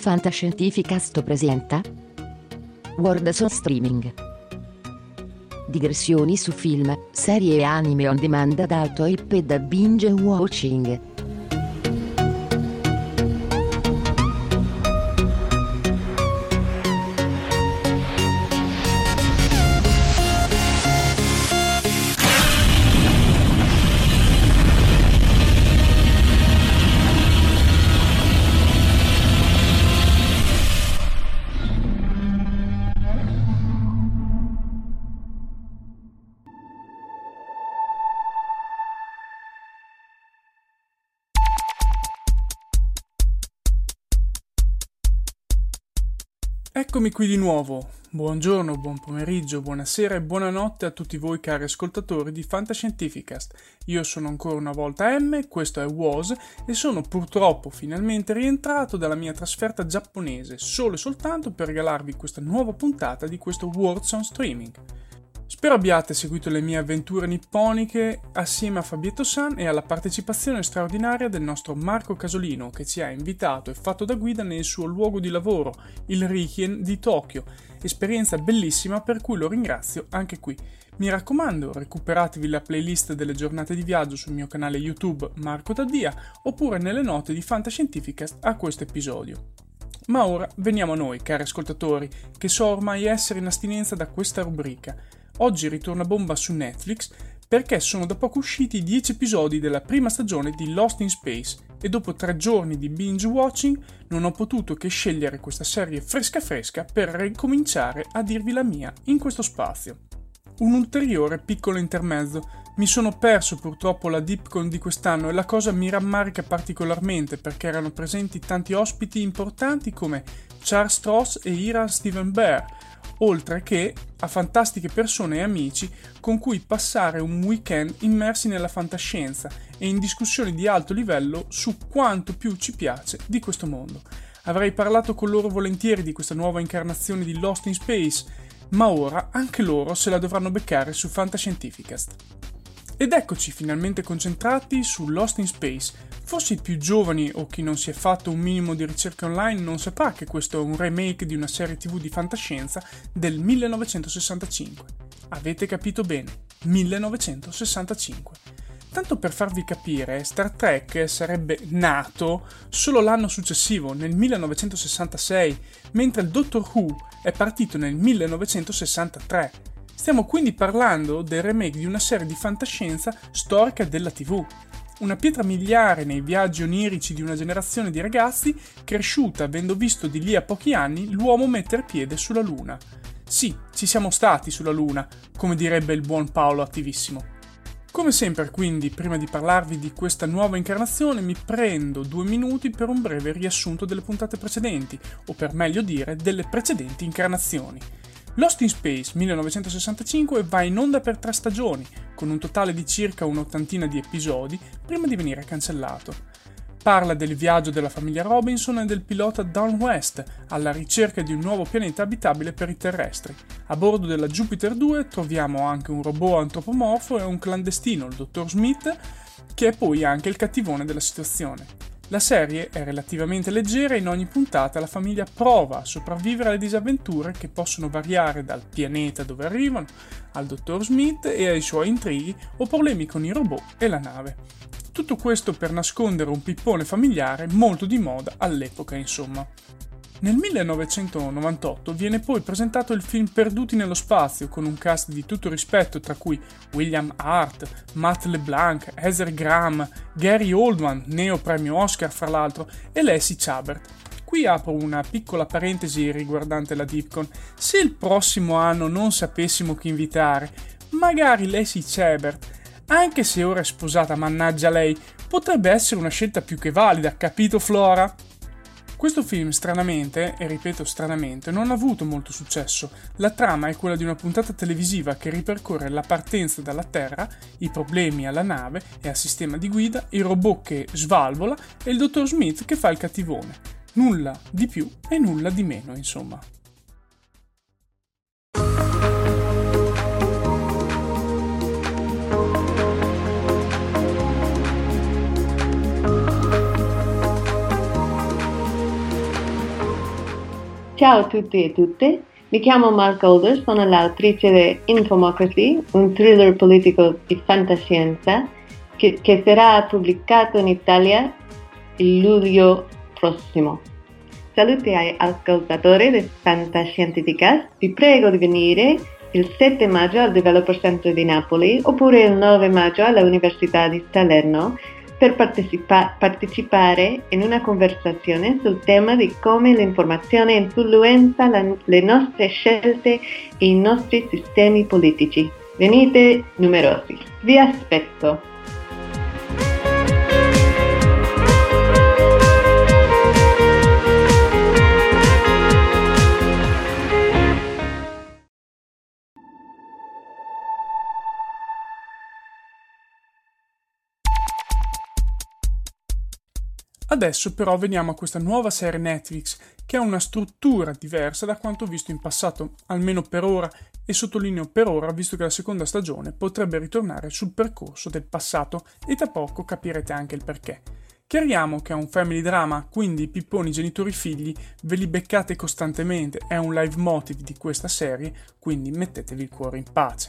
Fantascientificast presenta Words on Streaming. Digressioni su film, serie e anime on demand ad alto hype e da binge watching. Eccomi qui di nuovo. Buongiorno, buon pomeriggio, buonasera e buonanotte a tutti voi cari ascoltatori di Fantascientificast. Io sono ancora una volta M, questo è WOS e sono purtroppo finalmente rientrato dalla mia trasferta giapponese solo e soltanto per regalarvi questa nuova puntata di questo Words on Streaming. Spero abbiate seguito le mie avventure nipponiche assieme a Fabietto-san e alla partecipazione straordinaria del nostro Marco Casolino che ci ha invitato e fatto da guida nel suo luogo di lavoro, il Rikien di Tokyo. Esperienza bellissima per cui lo ringrazio anche qui. Mi raccomando, recuperatevi la playlist delle giornate di viaggio sul mio canale YouTube Marco Taddia oppure nelle note di Fantascientificast a questo episodio. Ma ora veniamo a noi, cari ascoltatori, che so ormai essere in astinenza da questa rubrica. Oggi ritorna bomba su Netflix perché sono da poco usciti i 10 episodi della prima stagione di Lost in Space e dopo 3 giorni di binge watching non ho potuto che scegliere questa serie fresca per ricominciare a dirvi la mia in questo spazio. Un ulteriore piccolo intermezzo. Mi sono perso purtroppo la DeepCon di quest'anno e la cosa mi rammarica particolarmente perché erano presenti tanti ospiti importanti come Charles Stross e Ira Steven Behr, oltre che a fantastiche persone e amici con cui passare un weekend immersi nella fantascienza e in discussioni di alto livello su quanto più ci piace di questo mondo. Avrei parlato con loro volentieri di questa nuova incarnazione di Lost in Space, ma ora anche loro se la dovranno beccare su Fantascientificast. Ed eccoci finalmente concentrati su Lost in Space. Forse i più giovani o chi non si è fatto un minimo di ricerca online non saprà che questo è un remake di una serie TV di fantascienza del 1965. Avete capito bene, 1965. Tanto per farvi capire, Star Trek sarebbe nato solo l'anno successivo, nel 1966, mentre il Doctor Who è partito nel 1963. Stiamo quindi parlando del remake di una serie di fantascienza storica della TV. Una pietra miliare nei viaggi onirici di una generazione di ragazzi cresciuta avendo visto di lì a pochi anni l'uomo mettere piede sulla Luna. Sì, ci siamo stati sulla Luna, come direbbe il buon Paolo Attivissimo. Come sempre, quindi, prima di parlarvi di questa nuova incarnazione, mi prendo 2 minuti per un breve riassunto delle puntate precedenti, o per meglio dire, delle precedenti incarnazioni. Lost in Space 1965 va in onda per 3 stagioni, con un totale di circa un'ottantina di episodi, prima di venire cancellato. Parla del viaggio della famiglia Robinson e del pilota Dawn West alla ricerca di un nuovo pianeta abitabile per i terrestri. A bordo della Jupiter 2 troviamo anche un robot antropomorfo e un clandestino, il dottor Smith, che è poi anche il cattivone della situazione. La serie è relativamente leggera e in ogni puntata la famiglia prova a sopravvivere alle disavventure che possono variare dal pianeta dove arrivano, al dottor Smith e ai suoi intrighi o problemi con i robot e la nave. Tutto questo per nascondere un pippone familiare molto di moda all'epoca, insomma. Nel 1998 viene poi presentato il film Perduti nello spazio con un cast di tutto rispetto tra cui William Hurt, Matt LeBlanc, Heather Graham, Gary Oldman, neo premio Oscar fra l'altro, e Lacey Chabert. Qui apro una piccola parentesi riguardante la DeepCon. Se il prossimo anno non sapessimo chi invitare, magari Lacey Chabert, anche se ora è sposata, mannaggia lei, potrebbe essere una scelta più che valida, capito Flora? Questo film stranamente, e ripeto stranamente, non ha avuto molto successo. La trama è quella di una puntata televisiva che ripercorre la partenza dalla Terra, i problemi alla nave e al sistema di guida, il robot che svalvola e il dottor Smith che fa il cattivone. Nulla di più e nulla di meno, insomma. Ciao a tutti e tutte, mi chiamo Mark Older, sono l'autrice di Infomocracy, un thriller politico di fantascienza che sarà pubblicato in Italia il luglio prossimo. Saluti ai ascoltatori di Fantascientificast, vi prego di venire il 7 maggio al Developer Center di Napoli oppure il 9 maggio all'Università di Salerno per partecipare in una conversazione sul tema di come l'informazione influenza le nostre scelte e i nostri sistemi politici. Venite numerosi. Vi aspetto. Adesso però veniamo a questa nuova serie Netflix che ha una struttura diversa da quanto visto in passato, almeno per ora, e sottolineo per ora visto che la seconda stagione potrebbe ritornare sul percorso del passato e tra poco capirete anche il perché. Chiariamo che è un family drama, quindi i pipponi genitori-figli ve li beccate costantemente, è un leitmotiv di questa serie, quindi mettetevi il cuore in pace.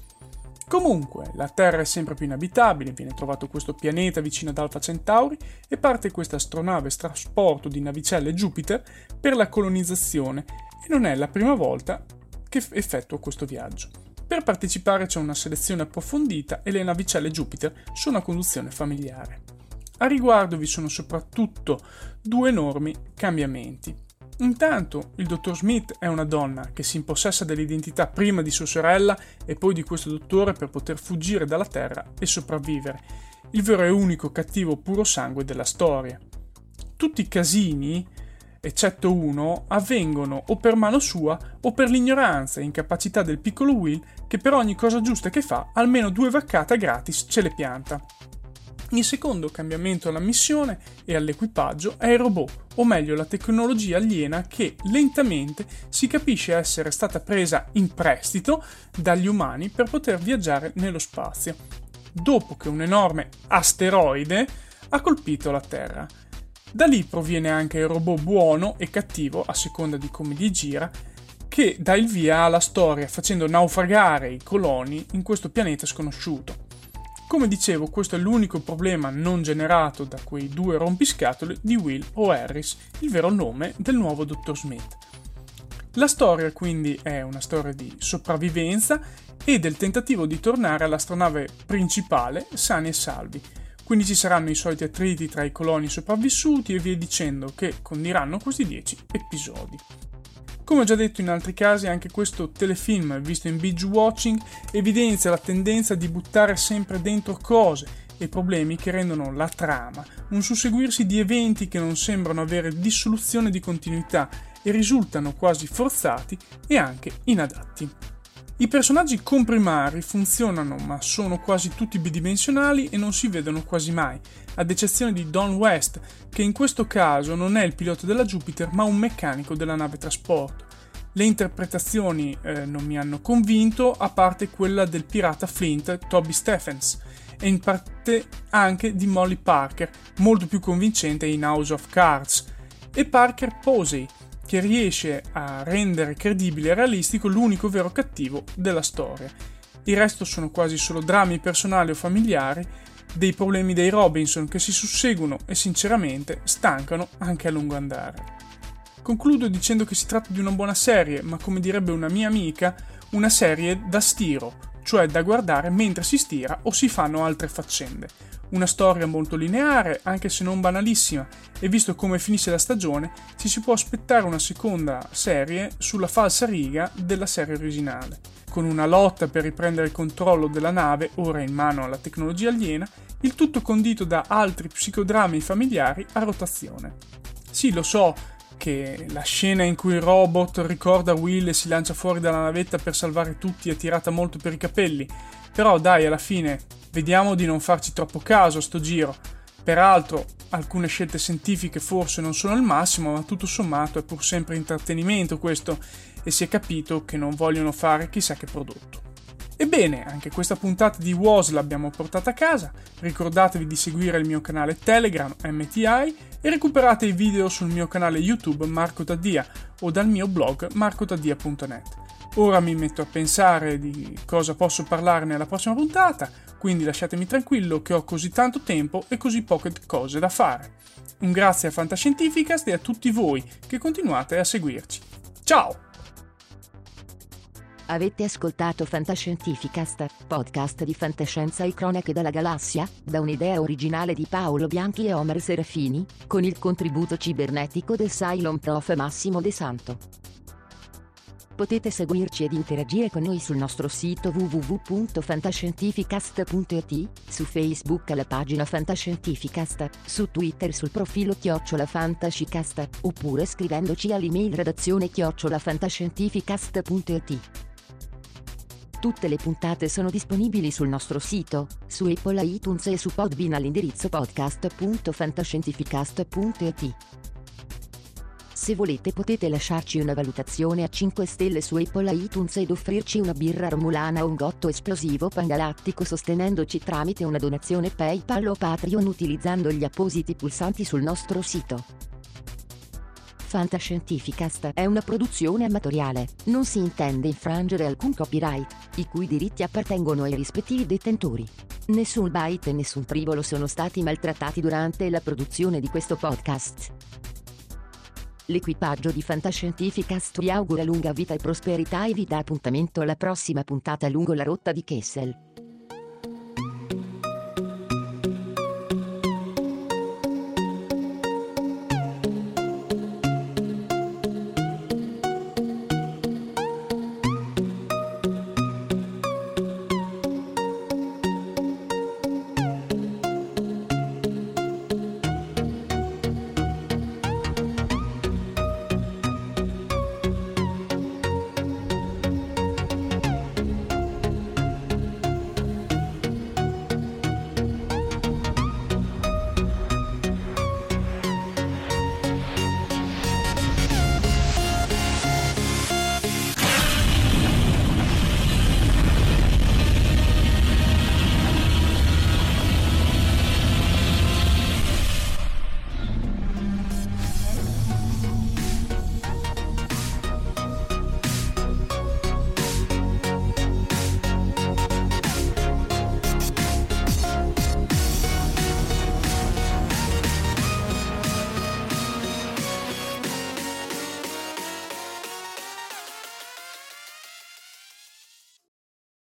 Comunque, la Terra è sempre più inabitabile, viene trovato questo pianeta vicino ad Alpha Centauri e parte questa astronave trasporto di navicelle Jupiter per la colonizzazione e non è la prima volta che effettua questo viaggio. Per partecipare c'è una selezione approfondita e le navicelle Jupiter sono a conduzione familiare. A riguardo vi sono soprattutto due enormi cambiamenti. Intanto il dottor Smith è una donna che si impossessa dell'identità prima di sua sorella e poi di questo dottore per poter fuggire dalla Terra e sopravvivere, il vero e unico cattivo puro sangue della storia. Tutti i casini, eccetto uno, avvengono o per mano sua o per l'ignoranza e incapacità del piccolo Will che per ogni cosa giusta che fa almeno 2 vaccate gratis ce le pianta. Il secondo cambiamento alla missione e all'equipaggio è il robot, o meglio la tecnologia aliena che lentamente si capisce essere stata presa in prestito dagli umani per poter viaggiare nello spazio, dopo che un enorme asteroide ha colpito la Terra. Da lì proviene anche il robot buono e cattivo, a seconda di come gli gira, che dà il via alla storia facendo naufragare i coloni in questo pianeta sconosciuto. Come dicevo, questo è l'unico problema non generato da quei 2 rompiscatole di Will o Harris, il vero nome del nuovo Dr. Smith. La storia quindi è una storia di sopravvivenza e del tentativo di tornare all'astronave principale sani e salvi. Quindi ci saranno i soliti attriti tra i coloni sopravvissuti e via dicendo che condiranno questi 10 episodi. Come ho già detto in altri casi, anche questo telefilm, visto in binge watching, evidenzia la tendenza di buttare sempre dentro cose e problemi che rendono la trama un susseguirsi di eventi che non sembrano avere dissoluzione di continuità e risultano quasi forzati e anche inadatti. I personaggi comprimari funzionano ma sono quasi tutti bidimensionali e non si vedono quasi mai, ad eccezione di Don West, che in questo caso non è il pilota della Jupiter ma un meccanico della nave trasporto. Le interpretazioni non mi hanno convinto, a parte quella del pirata Flint Toby Stephens e in parte anche di Molly Parker, molto più convincente in House of Cards, e Parker Posey, che riesce a rendere credibile e realistico l'unico vero cattivo della storia. Il resto sono quasi solo drammi personali o familiari, dei problemi dei Robinson che si susseguono e sinceramente stancano anche a lungo andare. Concludo dicendo che si tratta di una buona serie, ma come direbbe una mia amica, una serie da stiro, cioè da guardare mentre si stira o si fanno altre faccende. Una storia molto lineare, anche se non banalissima, e visto come finisce la stagione, ci si può aspettare una seconda serie sulla falsa riga della serie originale, con una lotta per riprendere il controllo della nave, ora in mano alla tecnologia aliena, il tutto condito da altri psicodrammi familiari a rotazione. Sì, lo so che la scena in cui il robot ricorda Will e si lancia fuori dalla navetta per salvare tutti è tirata molto per i capelli, però dai, alla fine vediamo di non farci troppo caso a sto giro. Peraltro, alcune scelte scientifiche forse non sono il massimo, ma tutto sommato è pur sempre intrattenimento questo, e si è capito che non vogliono fare chissà che prodotto. Ebbene, anche questa puntata di WOS l'abbiamo portata a casa. Ricordatevi di seguire il mio canale Telegram MTI e recuperate i video sul mio canale YouTube Marco Taddia o dal mio blog marcotaddia.net. Ora mi metto a pensare di cosa posso parlare nella prossima puntata, quindi lasciatemi tranquillo che ho così tanto tempo e così poche cose da fare. Un grazie a Fantascientificast e a tutti voi che continuate a seguirci. Ciao! Avete ascoltato Fantascientificast, podcast di fantascienza e cronache dalla galassia, da un'idea originale di Paolo Bianchi e Omer Serafini, con il contributo cibernetico del Cylon Prof Massimo De Santo. Potete seguirci ed interagire con noi sul nostro sito www.fantascientificast.it, su Facebook alla pagina Fantascientificast, su Twitter sul profilo @fantascicast, oppure scrivendoci all'email redazione@fantascientificast.it. Tutte le puntate sono disponibili sul nostro sito, su Apple iTunes e su Podbean all'indirizzo podcast.fantascientificast.it. Se volete potete lasciarci una valutazione a 5 stelle su Apple iTunes ed offrirci una birra romulana o un gotto esplosivo pangalattico sostenendoci tramite una donazione PayPal o Patreon utilizzando gli appositi pulsanti sul nostro sito. Fantascientificast è una produzione amatoriale, non si intende infrangere alcun copyright, i cui diritti appartengono ai rispettivi detentori. Nessun byte e nessun tribolo sono stati maltrattati durante la produzione di questo podcast. L'equipaggio di Fantascientificast vi augura lunga vita e prosperità e vi dà appuntamento alla prossima puntata lungo la rotta di Kessel.